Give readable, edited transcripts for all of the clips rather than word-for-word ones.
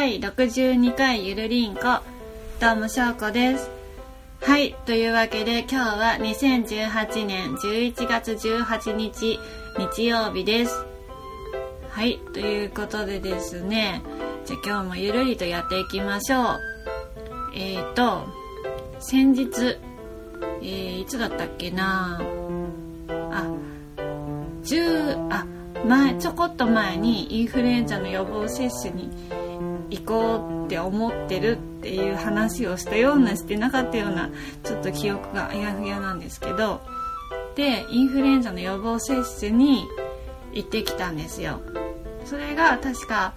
第62回ゆるりんこ、どうもしょうこです。はい、というわけで今日は2018年11月18日日曜日です。はい、ということでですね、じゃあ今日もゆるりとやっていきましょう。先日、いつだったっけなちょこっと前にインフルエンザの予防接種に行こうって思ってるっていう話をしたようなしてなかったような、ちょっと記憶があやふやなんですけど、でインフルエンザの予防接種に行ってきたんですよ。それが確か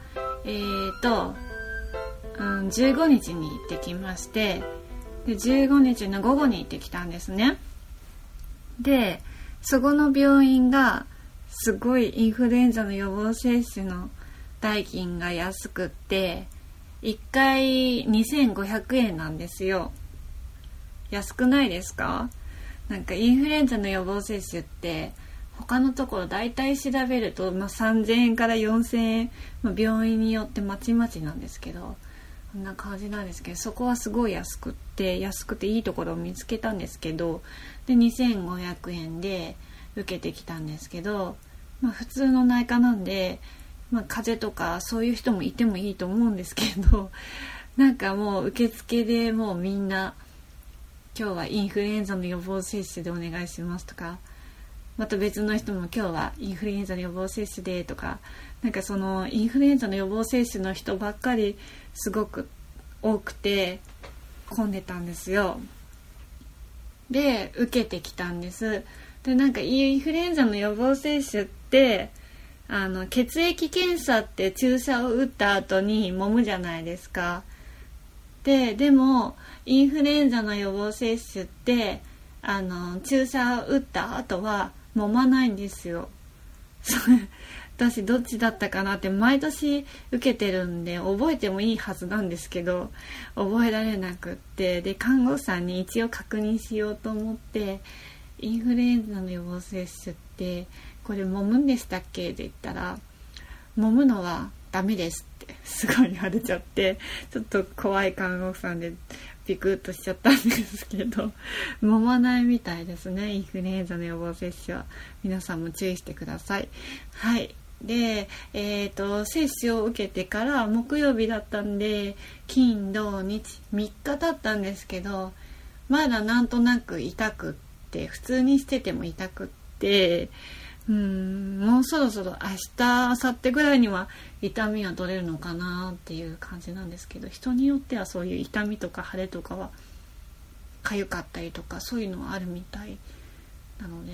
15日に行ってきまして、で15日の午後に行ってきたんですね。でそこの病院がすごいインフルエンザの予防接種の代金が安くって1回2500円なんですよ。安くないですか？なんかインフルエンザの予防接種って他のところだいたい調べると、3000円から4000円、病院によってまちまちなんですけど、こんな感じなんですけど、そこはすごい安くていいところを見つけたんですけど、で2500円で受けてきたんですけど、普通の内科なんで、風邪とかそういう人もいてもいいと思うんですけど、なんかもう受付でもうみんな今日はインフルエンザの予防接種でお願いしますとか、また別の人も今日はインフルエンザの予防接種でとか、なんかそのインフルエンザの予防接種の人ばっかりすごく多くて混んでたんですよ。で受けてきたんです。でなんかインフルエンザの予防接種って血液検査って注射を打った後に揉むじゃないですか。でもインフルエンザの予防接種って注射を打った後は揉まないんですよ。私どっちだったかなって毎年受けてるんで覚えてもいいはずなんですけど、覚えられなくって、で看護師さんに一応確認しようと思って、インフルエンザの予防接種ってこれ揉むんでしたっけって言ったら、揉むのはダメですってすごい言われちゃって、ちょっと怖い看護師さんでビクッとしちゃったんですけど、揉まないみたいですね、インフルエンザの予防接種は。皆さんも注意してください。はい。で、接種を受けてから木曜日だったんで、金土日3日経ったんですけど、まだなんとなく痛くって、普通にしてても痛くって、もうそろそろ明日明後日ぐらいには痛みは取れるのかなっていう感じなんですけど、人によってはそういう痛みとか腫れとかは痒かったりとかそういうのはあるみたいなので、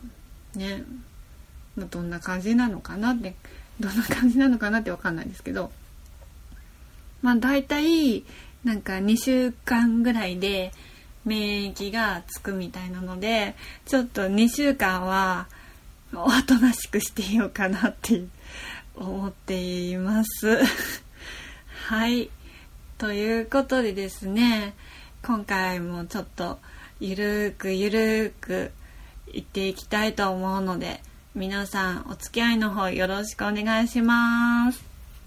どんな感じなのかなって分かんないですけど、だいたいなんか2週間ぐらいで免疫がつくみたいなので、ちょっと2週間はおとなしくしていようかなって思っていますはい、ということでですね、今回もちょっとゆるーく言っていきたいと思うので、皆さんお付き合いの方よろしくお願いします。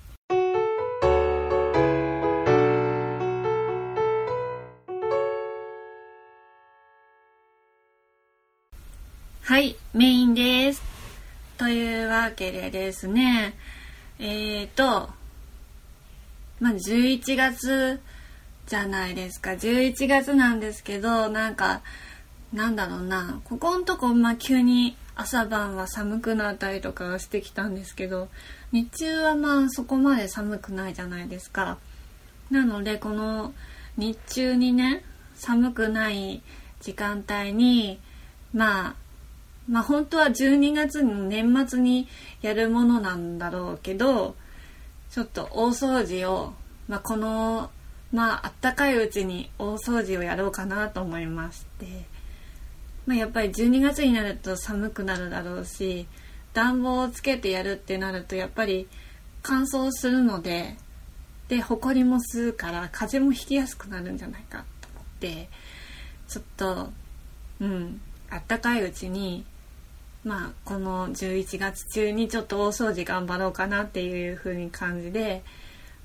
はい、メインです。というわけでですね、11月じゃないですか。11月なんですけど、ここのとこ急に朝晩は寒くなったりとかしてきたんですけど、日中はそこまで寒くないじゃないですか。なのでこの日中にね、寒くない時間帯に本当は12月の年末にやるものなんだろうけど、ちょっと大掃除をこのあったかいうちに大掃除をやろうかなと思いまして、やっぱり12月になると寒くなるだろうし、暖房をつけてやるってなるとやっぱり乾燥するので、埃も吸うから風邪もひきやすくなるんじゃないかと思って、ちょっとあったかいうちにこの11月中にちょっと大掃除頑張ろうかなっていう風に感じで、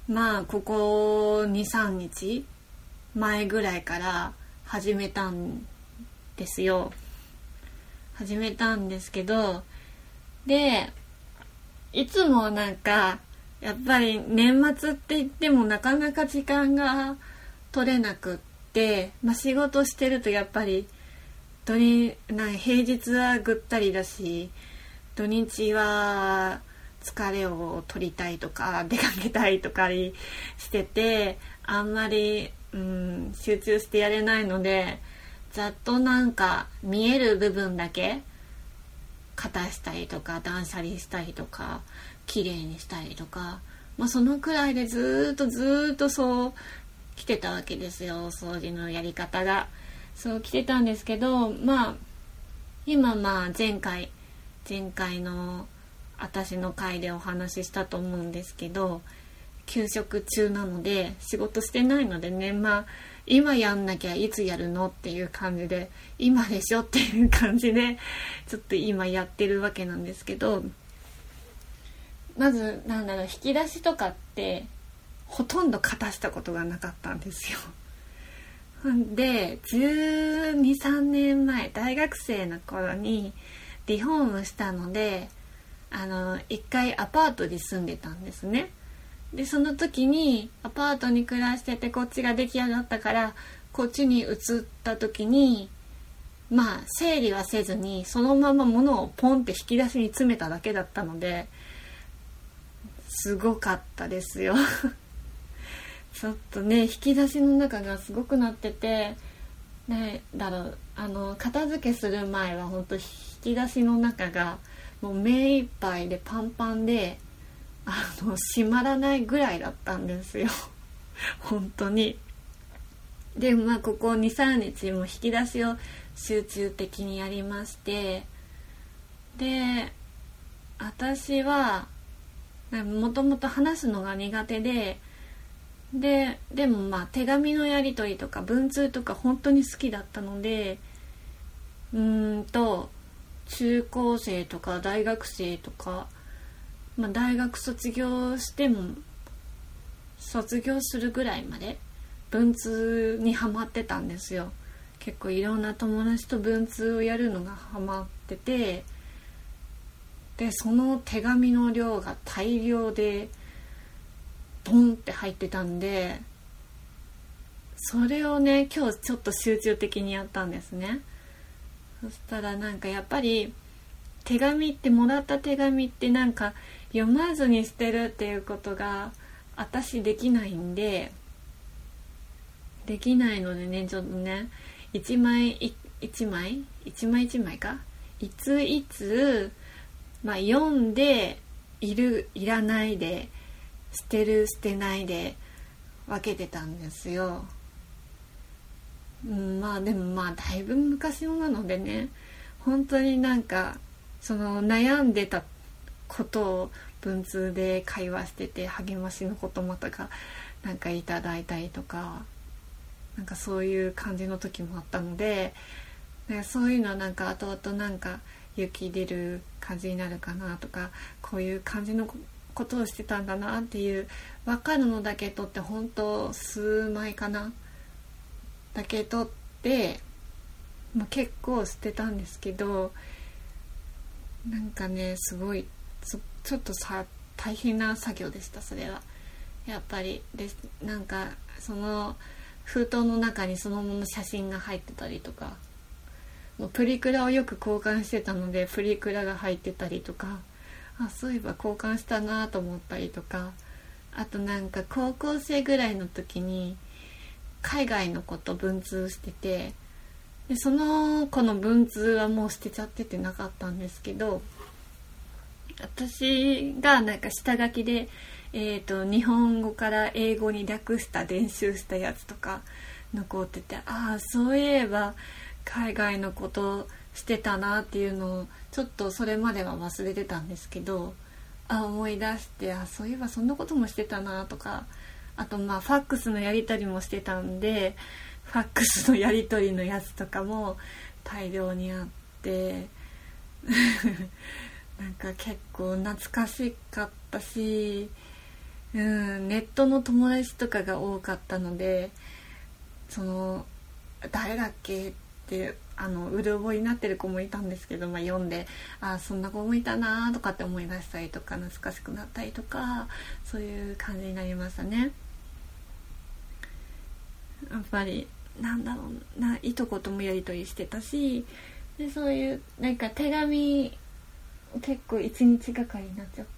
まあここ 2,3 日前ぐらいから始めたんですよ。始めたんですけど、でいつもなんかやっぱり年末って言ってもなかなか時間が取れなくって、仕事してるとやっぱり平日はぐったりだし、土日は疲れを取りたいとか出かけたいとかしてて、あんまり、集中してやれないので、ざっとなんか見える部分だけ片したりとか断捨離したりとか綺麗にしたりとか、そのくらいでずっとそう来てたわけですよ、掃除のやり方が。そう来てたんですけど、今前回の私の回でお話ししたと思うんですけど、休職中なので仕事してないのでね、今やんなきゃいつやるのっていう感じで、今でしょっていう感じでちょっと今やってるわけなんですけど、まず引き出しとかってほとんど片したことがなかったんですよ。で12、13年前大学生の頃にリフォームしたので、一回アパートに住んでたんですね。でその時にアパートに暮らしてて、こっちが出来上がったからこっちに移った時に整理はせずにそのまま物をポンって引き出しに詰めただけだったので、すごかったですよちょっとね、引き出しの中がすごくなってて、片付けする前は本当引き出しの中がもう目いっぱいでパンパンで閉まらないぐらいだったんですよ本当に。でここ 2,3 日も引き出しを集中的にやりまして、で私はもともと話すのが苦手でも手紙のやり取りとか文通とか本当に好きだったので、中高生とか大学生とか、大学卒業しても卒業するぐらいまで文通にハマってたんですよ。結構いろんな友達と文通をやるのがハマってて、でその手紙の量が大量でボンって入ってたんで、それをね今日ちょっと集中的にやったんですね。そしたらやっぱりもらった手紙って読まずに捨てるっていうことが私できないのでね、ちょっとね一枚一枚かいつ読んでいらないで捨てる捨てないで分けてたんですよ。でもだいぶ昔のなのでね、本当にその悩んでたことを文通で会話してて、励ましの言葉とかいただいたりとか、そういう感じの時もあったので、そういうのは後々勇気出る感じになるかなとか、こういう感じのことをしてたんだなっていう分かるのだけ取って、本当数枚かなだけ取って結構捨てたんですけど、すごいちょっと大変な作業でした。それはやっぱりで、その封筒の中にそのもの写真が入ってたりとか、もうプリクラをよく交換してたのでプリクラが入ってたりとか、そういえば交換したなと思ったりとか、あと高校生ぐらいの時に海外の子と文通してて、でその子の文通はもう捨てちゃっててなかったんですけど、私が下書きで、日本語から英語に略した練習したやつとか残ってて、そういえば海外のことしてたなっていうのをちょっとそれまでは忘れてたんですけど、思い出して、そういえばそんなこともしてたなとか、あとファックスのやり取りもしてたんで、ファックスのやり取りのやつとかも大量にあって結構懐かしかったし、 ネットの友達とかが多かったので、その誰だっけってうる覚えになってる子もいたんですけど、読んでそんな子もいたなとかって思い出したりとか、懐かしくなったりとか、そういう感じになりましたね。やっぱりなんだろうな、いとこともやり取りしてたし、でそういうなんか手紙結構1日がかりになっちゃって、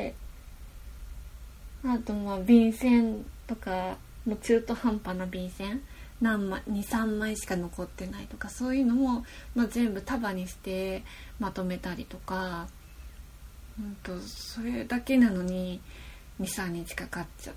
あと便箋とかも中途半端な便箋2、3枚しか残ってないとか、そういうのも、全部束にしてまとめたりとか、それだけなのに 2,3 日かかっちゃって、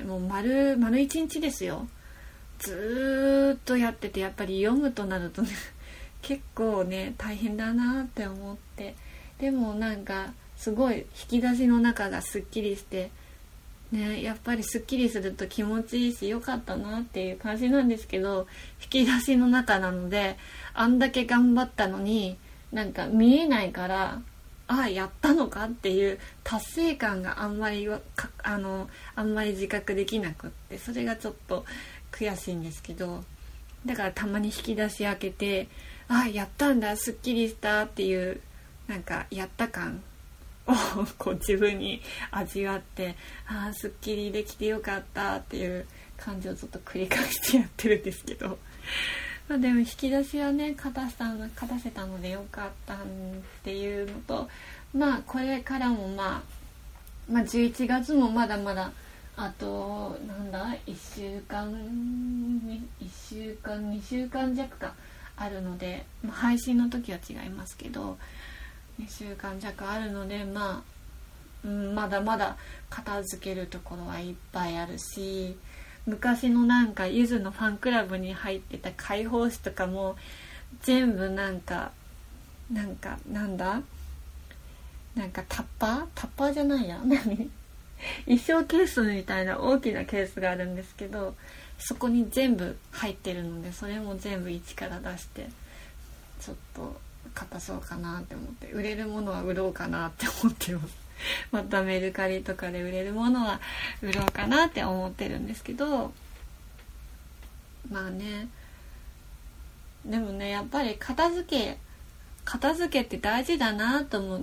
もう丸1日ですよ。ずーっとやってて、やっぱり読むとなるとね結構ね大変だなって思って、でもなんかすごい引き出しの中がすっきりしてね、やっぱりすっきりすると気持ちいいし、よかったなっていう感じなんですけど、引き出しの中なのであんだけ頑張ったのになんか見えないから、やったのかっていう達成感があんまり自覚できなくって、それがちょっと悔しいんですけど、だからたまに引き出し開けて、やったんだ、すっきりしたっていうなんかやった感をこう自分に味わって、すっきりできてよかったっていう感じをちょっと繰り返してやってるんですけどでも引き出しはね勝たせたのでよかったっていうのと、これからも11月もまだまだあと1週間2週間弱かあるので、配信の時は違いますけど2週間弱あるので、まだまだ片付けるところはいっぱいあるし、昔のなんかゆずのファンクラブに入ってた解放誌とかも全部なんかタッパーじゃないや衣装ケースみたいな大きなケースがあるんですけど、そこに全部入ってるので、それも全部一から出してちょっと片そうかなって思って、売れるものは売ろうかなって思ってますまたメルカリとかで売れるものは売ろうかなって思ってるんですけど、でもねやっぱり片付けって大事だなと思って、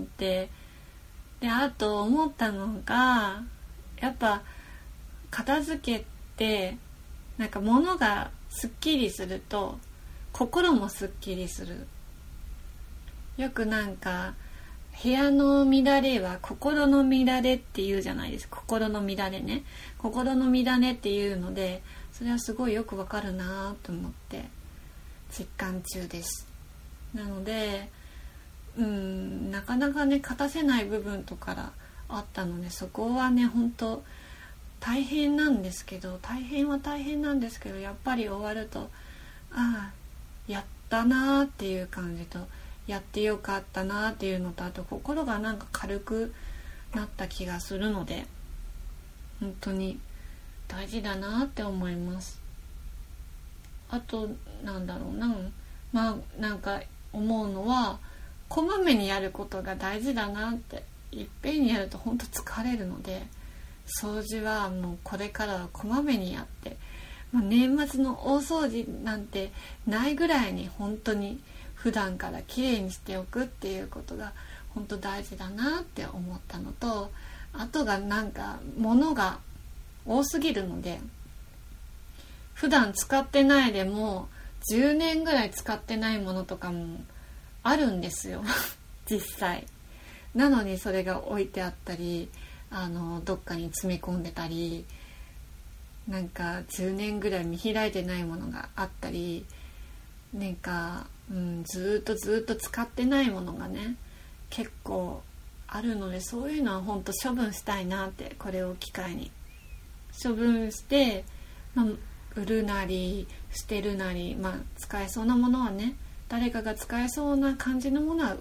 であと思ったのが、やっぱ片付けってなんか物がすっきりすると心もすっきりする。よくなんか部屋の乱れは心の乱れっていうじゃないですか。心の乱れっていうので、それはすごいよくわかるなと思って実感中です。なのでなかなかね勝たせない部分とかあったので、そこはね本当大変なんですけど、やっぱり終わるとやったなっていう感じと、やってよかったなっていうのと、あと心がなんか軽くなった気がするので、本当に大事だなって思います。あとなんか思うのは、こまめにやることが大事だなって。いっぺんにやると本当疲れるので、掃除はもうこれからはこまめにやって、年末の大掃除なんてないぐらいに本当に普段からきれいにしておくっていうことが本当大事だなって思ったのと、あとがなんか物が多すぎるので、普段使ってないでも10年ぐらい使ってないものとかもあるんですよ実際。なのにそれが置いてあったり、どっかに詰め込んでたり、なんか10年ぐらい見開いてないものがあったり、なんか、ずっと使ってないものがね結構あるので、そういうのは本当処分したいなって、これを機会に処分して、売るなり捨てるなり、使えそうなものはね、誰かが使えそうな感じのものは売って、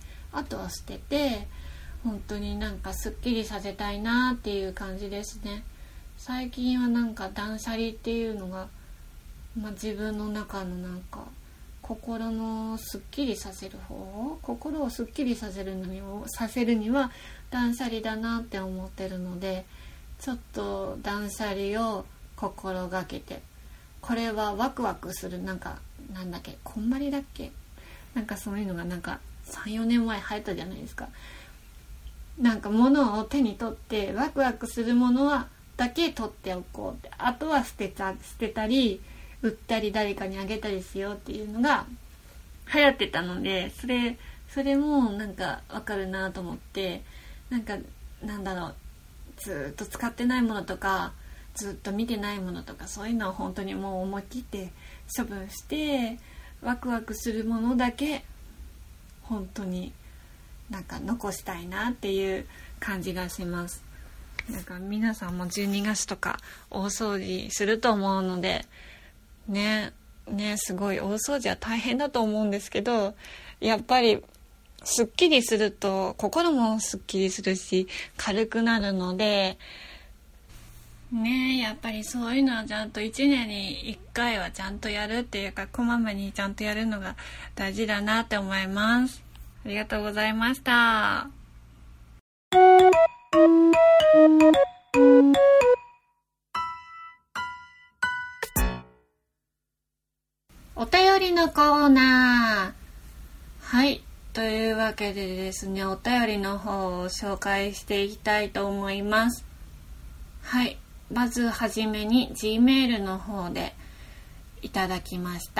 あとは捨てて、本当になんかすっきりさせたいなっていう感じですね。最近はなんか断捨離っていうのが、自分の中のなんか心のすっきりさせる方、心をすっきりさせるには断捨離だなって思ってるので、 ちょっと断捨離を心がけて、これはワクワクする、なんだっけ、こんまりだっけ、なんかそういうのがなんか 3,4 年前流行ったじゃないですか。なんか物を手に取ってワクワクするものはだけ取っておこうって、あとは捨てたり売ったり誰かにあげたりしようっていうのが流行ってたので、それもなんかわかるなと思って、なんだろう、ずっと使ってないものとかずっと見てないものとか、そういうのを本当にもう思い切って処分して、ワクワクするものだけ本当になんか残したいなっていう感じがします。なんか皆さんも12月とか大掃除すると思うのでね、すごい大掃除は大変だと思うんですけど、やっぱりすっきりすると心もすっきりするし軽くなるのでね、やっぱりそういうのはちゃんと1年に1回はちゃんとやるっていうか、こまめにちゃんとやるのが大事だなって思います。ありがとうございました。お便りのコーナー。はい、というわけでですね、お便りの方を紹介していきたいと思います。はい、まずはじめに Gmail の方でいただきました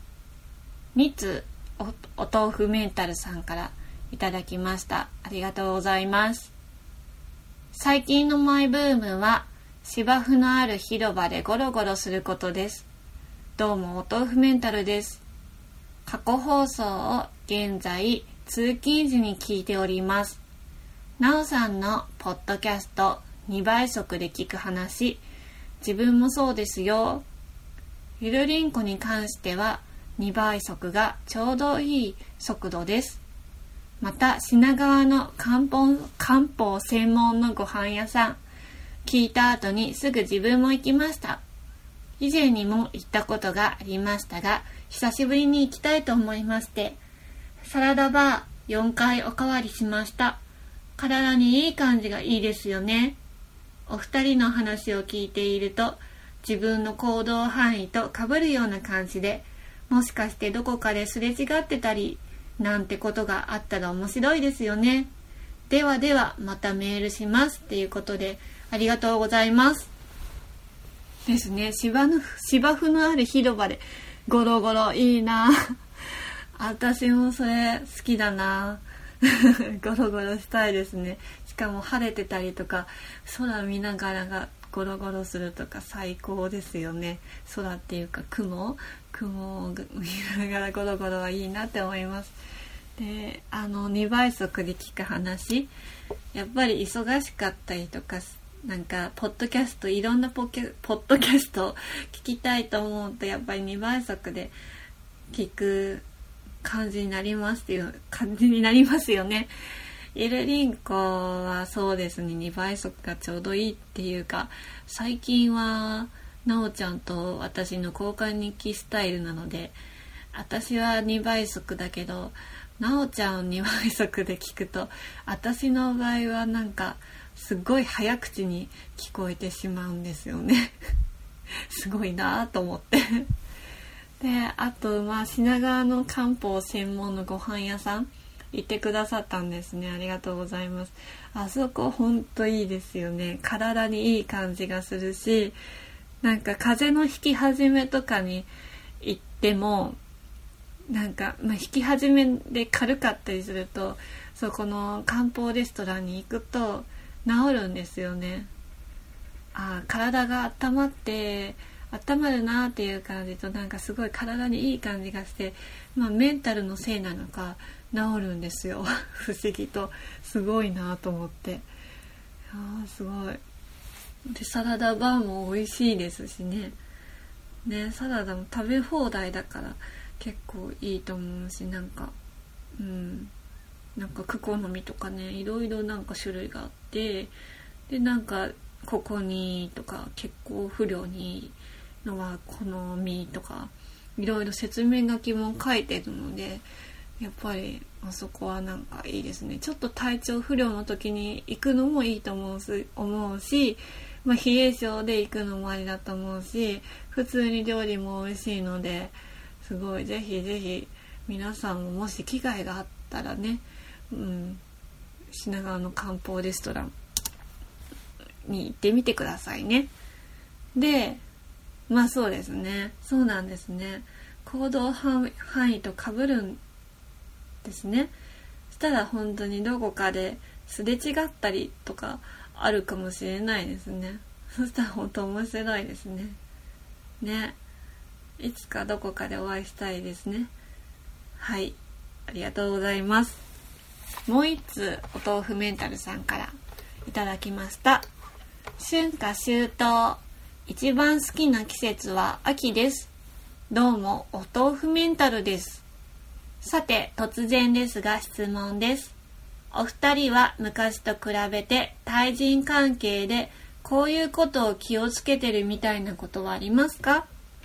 。2通お豆腐メンタルさんからいただきました。ありがとうございます。最近のマイブームは芝生のある広場でゴロゴロすることです。どうもお豆腐メンタルです。過去放送を現在通勤時に聞いております。なおさんのポッドキャスト2倍速で聞く話、自分もそうですよ。ゆるりんこに関しては2倍速がちょうどいい速度です。また品川の漢方専門のご飯屋さん、聞いた後にすぐ自分も行きました。以前にも行ったことがありましたが、久しぶりに行きたいと思いまして、サラダバー4回おかわりしました。体にいい感じがいいですよね。お二人の話を聞いていると、自分の行動範囲と被るような感じで、もしかしてどこかですれ違ってたりなんてことがあったら面白いですよね。ではではまたメールしますっていうことで、ありがとうございますですね。芝生のある広場でゴロゴロいいな。私もそれ好きだな。ゴロゴロしたいですね。しかも晴れてたりとか空見ながらがゴロゴロするとか最高ですよね。空っていうか雲を見ながらゴロゴロはいいなって思います。で、2倍速で聞く話、やっぱり忙しかったりとか、なんかポッドキャスト、いろんなポッドキャストを聞きたいと思うと、やっぱり2倍速で聞く感じになりますよね。ゆるりんこはそうですね、2倍速がちょうどいいっていうか、最近はなおちゃんと私の交換日記スタイルなので、私は2倍速だけどなおちゃん2倍速で聞くと、私の場合はなんかすごい早口に聞こえてしまうんですよね。すごいなと思って。で、あと品川の漢方専門のご飯屋さん行ってくださったんですね。ありがとうございます。あそこほんといいですよね。体にいい感じがするし、なんか風邪のひき始めとかに行ってもなんか、引き始めで軽かったりすると、そこの漢方レストランに行くと治るんですよね。体が温まるなっていう感じと、なんかすごい体にいい感じがして、メンタルのせいなのか治るんですよ。不思議とすごいなと思って、すごい。で、サラダバーも美味しいですしね。サラダも食べ放題だから結構いいと思うし、なんかクコの実とかね、いろいろなんか種類があって、でなんかここにとか血行不良にのはこの実とかいろいろ説明書きも書いてるので、やっぱりあそこはなんかいいですね。ちょっと体調不良の時に行くのもいいと思うし、 冷え性で行くのもありだと思うし、普通に料理も美味しいので、すごいぜひぜひ皆さんももし機会があったらね、品川の漢方レストランに行ってみてくださいね。で、そうですね、そうなんですね、行動範囲と被るんですね。そしたら本当にどこかですれ違ったりとかあるかもしれないですね。そしたら本当面白いですね。いつかどこかでお会いしたいですね。はい、ありがとうございます。もう一つお豆腐メンタルさんからいただきました。春夏秋冬、一番好きな季節は秋です。どうもお豆腐メンタルです。さて突然ですが質問です。お二人は昔と比べて対人関係でこういうことを気をつけてるみたいなことはありますか？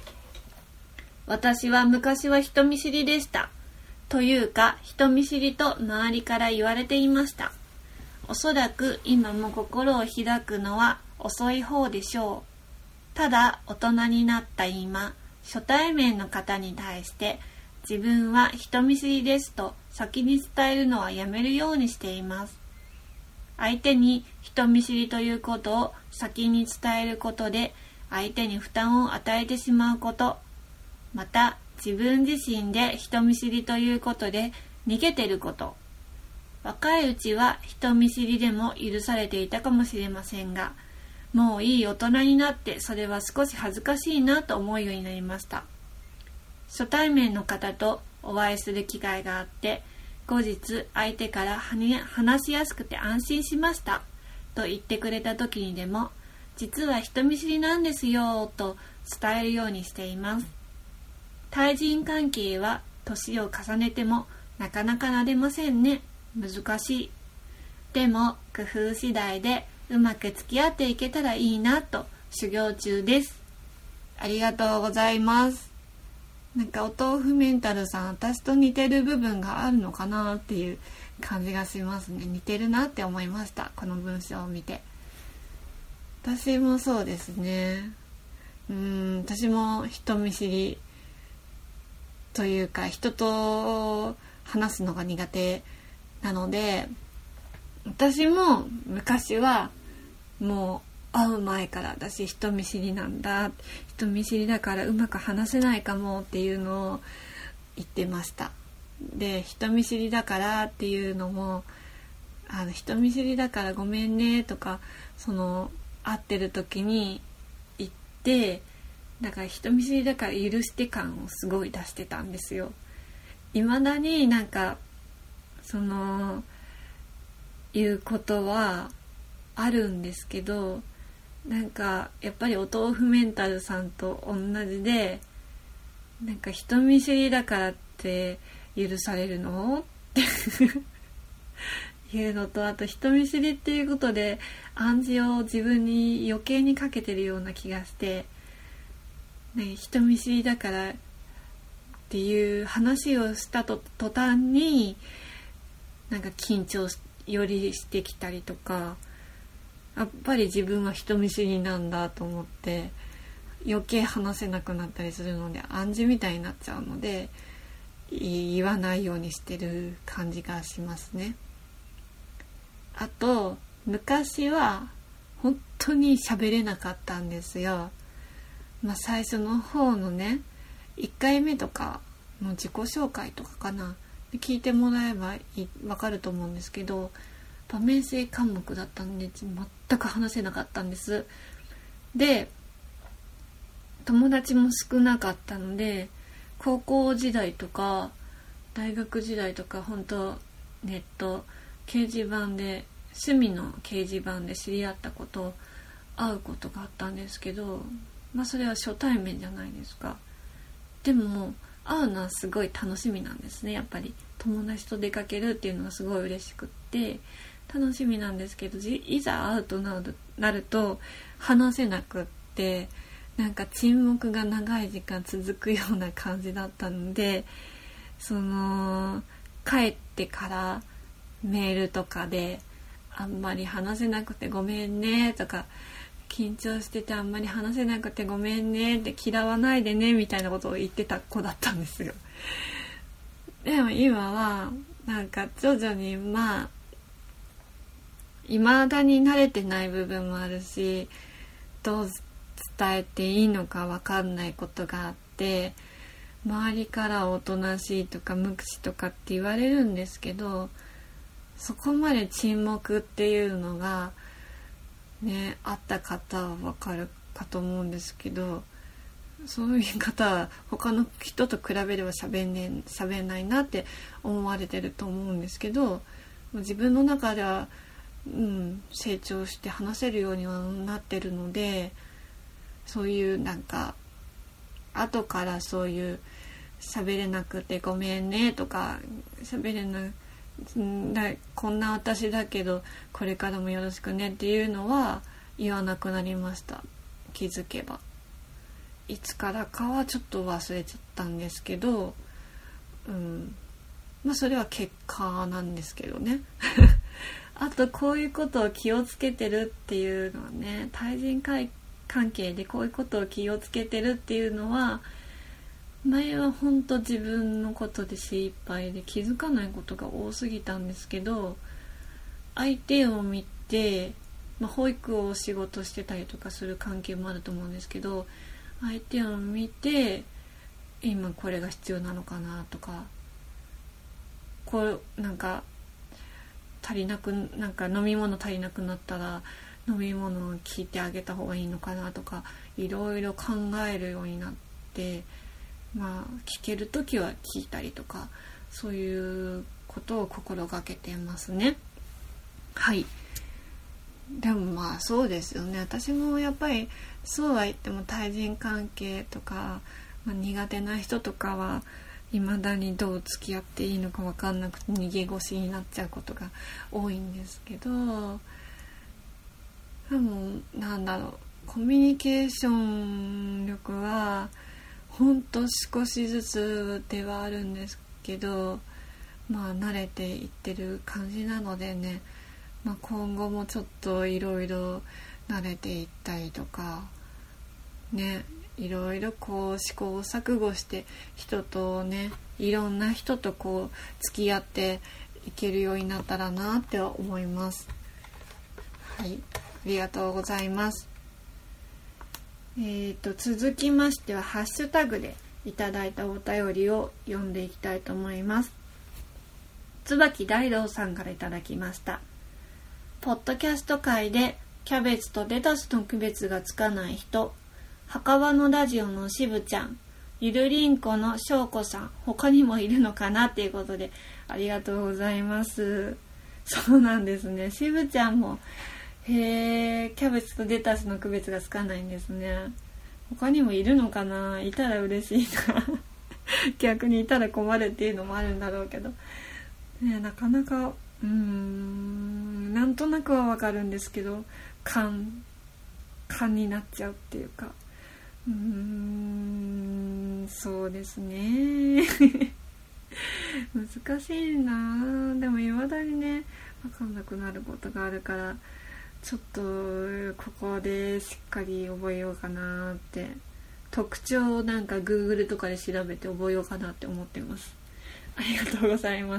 私は昔は人見知りでした。というか人見知りと周りから言われていました。おそらく今も心を開くのは遅い方でしょう。ただ大人になった今、初対面の方に対して自分は人見知りですと先に伝えるのはやめるようにしています。相手に人見知りということを先に伝えることで相手に負担を与えてしまうこと、また自分自身で人見知りということで逃げてること、若いうちは人見知りでも許されていたかもしれませんが、もういい大人になってそれは少し恥ずかしいなと思うようになりました。初対面の方とお会いする機会があって、後日相手から話しやすくて安心しましたと言ってくれた時にでも、実は人見知りなんですよと伝えるようにしています。対人関係は年を重ねてもなかなかなれませんね。難しい。でも工夫次第でうまく付き合っていけたらいいなと修行中です。ありがとうございます。なんかお豆腐メンタルさん、私と似てる部分があるのかなっていう感じがしますね。似てるなって思いました、この文章を見て。私もそうですね。私も人見知りというか人と話すのが苦手なので、私も昔はもう会う前から私人見知りなんだ、人見知りだからうまく話せないかもっていうのを言ってました。で、人見知りだからっていうのも人見知りだからごめんねとか、会ってる時に言って、だから人見知りだから許して感をすごい出してたんですよ。未だになんかいうことはあるんですけど、なんかやっぱりお豆腐メンタルさんと同じで、なんか人見知りだからって許されるのっていうのと、あと人見知りっていうことで暗示を自分に余計にかけてるような気がして、人見知りだからっていう話をした途端になんか緊張よりしてきたりとか、やっぱり自分は人見知りなんだと思って余計話せなくなったりするので、暗示みたいになっちゃうので言わないようにしてる感じがしますね。あと昔は本当に喋れなかったんですよ。最初の方のね、1回目とかの自己紹介とかかな、聞いてもらえばわかると思うんですけど、場面性科目だったんで全く話せなかったんです。で、友達も少なかったので、高校時代とか大学時代とか本当ネット掲示板で、趣味の掲示板で知り合ったこと会うことがあったんですけど、それは初対面じゃないですか。でも会うのはすごい楽しみなんですね。やっぱり友達と出かけるっていうのはすごい嬉しくって楽しみなんですけど、いざ会うとなると話せなくって、なんか沈黙が長い時間続くような感じだったので、帰ってからメールとかであんまり話せなくてごめんねとか緊張しててあんまり話せなくてごめんねって嫌わないでねみたいなことを言ってた子だったんですよ。でも今はなんか徐々に未だに慣れてない部分もあるし、どう伝えていいのか分かんないことがあって、周りからおとなしいとか無口とかって言われるんですけど、そこまで沈黙っていうのがねあった方は分かるかと思うんですけど、そういう方は他の人と比べれば喋んないなって思われてると思うんですけど、自分の中では、成長して話せるようにはなってるので、そういうなんか後からそういう喋れなくてごめんねとか、喋れなこんな私だけどこれからもよろしくねっていうのは言わなくなりました。気づけば。いつからかはちょっと忘れちゃったんですけど、それは結果なんですけどね。あとこういうことを気をつけてるっていうのはね、対人関係でこういうことを気をつけてるっていうのは、前は本当自分のことで精一杯で気づかないことが多すぎたんですけど、相手を見て、保育を仕事してたりとかする関係もあると思うんですけど、相手を見て今これが必要なのかなとか、こうなんか飲み物足りなくなったら飲み物を聞いてあげた方がいいのかなとか、いろいろ考えるようになって、聞けるときは聞いたりとか、そういうことを心がけてますね。はい。でもそうですよね。私もやっぱりそうは言っても対人関係とか、苦手な人とかは未だにどう付き合っていいのか分かんなくて逃げ腰になっちゃうことが多いんですけど、でもコミュニケーション力はほんと少しずつではあるんですけど、慣れていってる感じなのでね、今後もちょっといろいろ慣れていったりとかね、いろいろ試行錯誤して人とね、いろんな人と付き合っていけるようになったらなって思います。はい、ありがとうございます。続きましてはハッシュタグでいただいたお便りを読んでいきたいと思います。椿大道さんからいただきました。ポッドキャスト界でキャベツとレタスの区別がつかない人、墓場のラジオのしぶちゃん、ゆるりんこのしょうこさん、他にもいるのかなっていうことでありがとうございます。そうなんですね。しぶちゃんもキャベツとレタスの区別がつかないんですね。他にもいるのかな。いたら嬉しいな。逆にいたら困るっていうのもあるんだろうけど、なかなかなんとなくはわかるんですけど、勘になっちゃうっていうか、そうですね。難しいな。でも未だにねわかんなくなることがあるから、ちょっとここでしっかり覚えようかなって、特徴をGoogle とかで調べて覚えようかなって思ってます。ありがとうございます。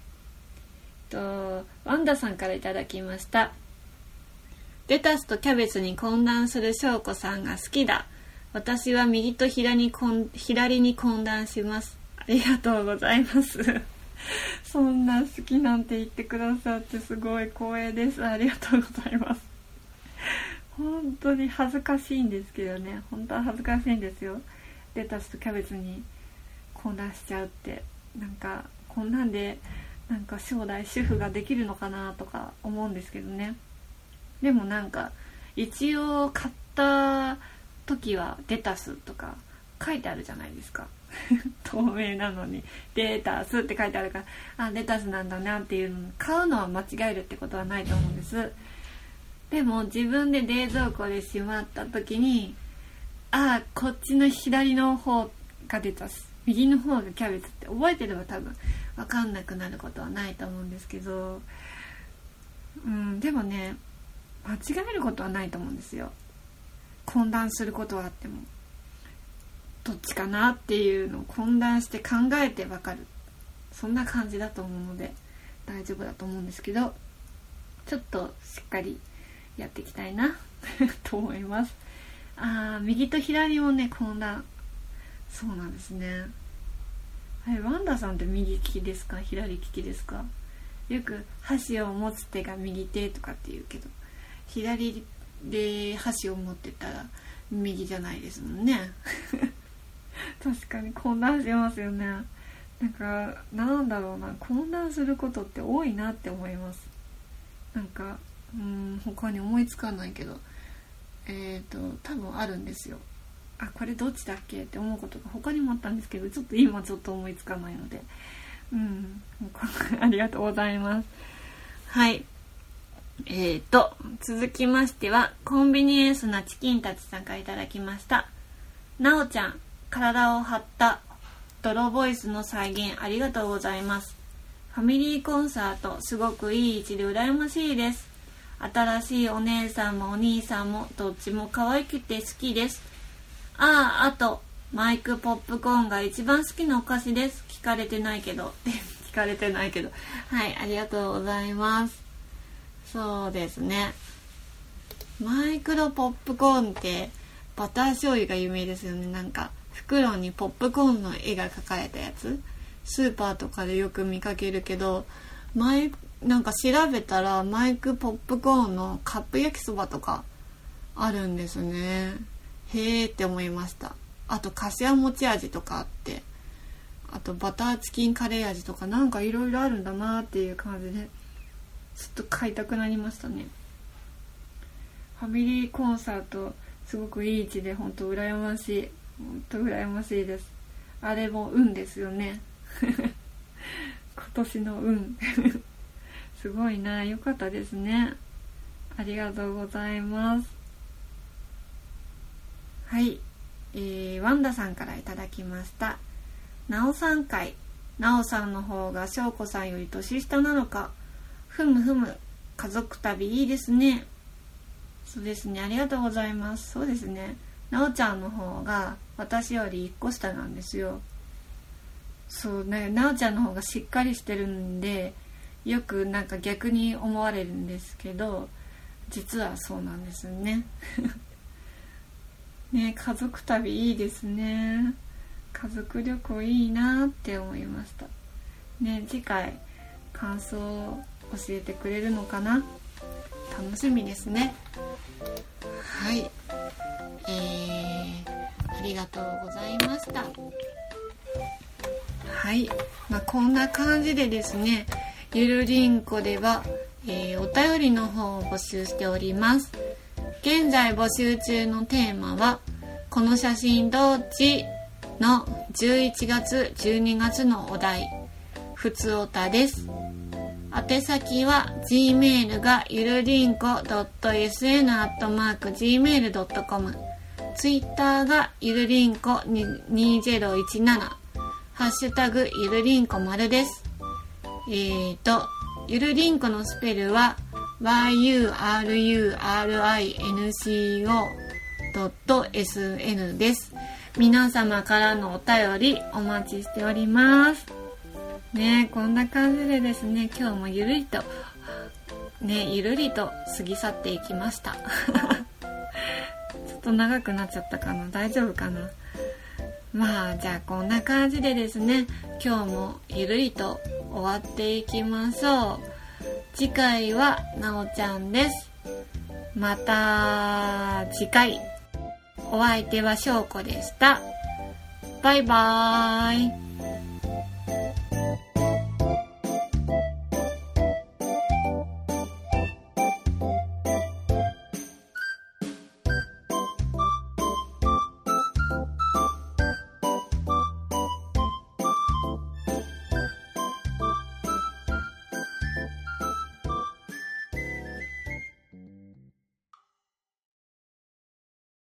ワンダさんからいただきました。レタスとキャベツに混乱する翔子さんが好きだ。私は右と左に混乱します。ありがとうございます。そんな好きなんて言ってくださってすごい光栄です。ありがとうございます。本当に恥ずかしいんですけどね。本当は恥ずかしいんですよ。レタスとキャベツに混乱しちゃうって。こんなんで将来主婦ができるのかなとか思うんですけどね。でも一応買った時はレタスとか書いてあるじゃないですか。透明なのにレタスって書いてあるから、レタスなんだなっていうの、買うのは間違えるってことはないと思うんです。でも自分で冷蔵庫でしまった時に、こっちの左の方がレタス、右の方がキャベツって覚えてれば多分分かんなくなることはないと思うんですけど、でもね、 間違えることはないと思うんですよ。混乱することはあっても、どっちかなっていうのを混乱して考えて分かる、そんな感じだと思うので大丈夫だと思うんですけど、ちょっとしっかりやっていきたいなと思います。右と左もね混乱。そうなんですね。ワンダさんって右利きですか、左利きですか？よく箸を持つ手が右手とかって言うけど、左で箸を持ってたら右じゃないですもんね確かに混乱しますよね。なんだろうな、混乱することって多いなって思います。他に思いつかないけど、多分あるんですよ。これどっちだっけって思うことが他にもあったんですけど、今思いつかないので、ありがとうございます。はい。続きましては、コンビニエンスなチキンたちさんからいただきました。なおちゃん、体を張った泥ボイスの再現ありがとうございます。ファミリーコンサート、すごくいい位置で羨ましいです。新しいお姉さんもお兄さんもどっちも可愛くて好きです。あとマイクポップコーンが一番好きなお菓子です。聞かれてないけどはい、ありがとうございます。そうですね、マイクロポップコーンってバター醤油が有名ですよね。袋にポップコーンの絵が描かれたやつ、スーパーとかでよく見かけるけど、調べたらマイクポップコーンのカップ焼きそばとかあるんですね。へーって思いました。あとかしわ餅味とかあって、あとバターチキンカレー味とかいろいろあるんだなっていう感じで、ちょっと買いたくなりましたね。ファミリーコンサート、すごくいい位置で本当羨ましい。本当羨ましいです。あれも運ですよね今年の運すごいな、良かったですね。ありがとうございます。はい、ワンダさんからいただきました。なおさん会、なおさんの方がしょうこさんより年下なのか。ふむふむ、家族旅いいですね。そうですね、ありがとうございます。そうですね、なおちゃんの方が私より1個下なんですよ。そうね、なおちゃんの方がしっかりしてるんで、よく逆に思われるんですけど、実はそうなんですねね、家族旅いいですね。家族旅行いいなって思いましたね。次回感想を教えてくれるのかな、楽しみですね。はい、ありがとうございました。はい、こんな感じでですね、ゆるりんこでは、お便りの方を募集しております。現在募集中のテーマは、この写真どっちの11月12月のお題、ふつおたです。宛先は Gmail がゆるりんこ .sn@gmail.com、 Twitter がゆるりんこ2017、ハッシュタグゆるりんこ丸です。ゆるりんこのスペルは yurinco.sn です。皆様からのお便りお待ちしておりますね。こんな感じでですね、今日もゆるりと過ぎ去っていきましたちょっと長くなっちゃったかな、大丈夫かな。じゃあこんな感じでですね、今日もゆるりと終わっていきましょう。次回はなおちゃんです。また次回。お相手はしょうこでした。バイバーイ。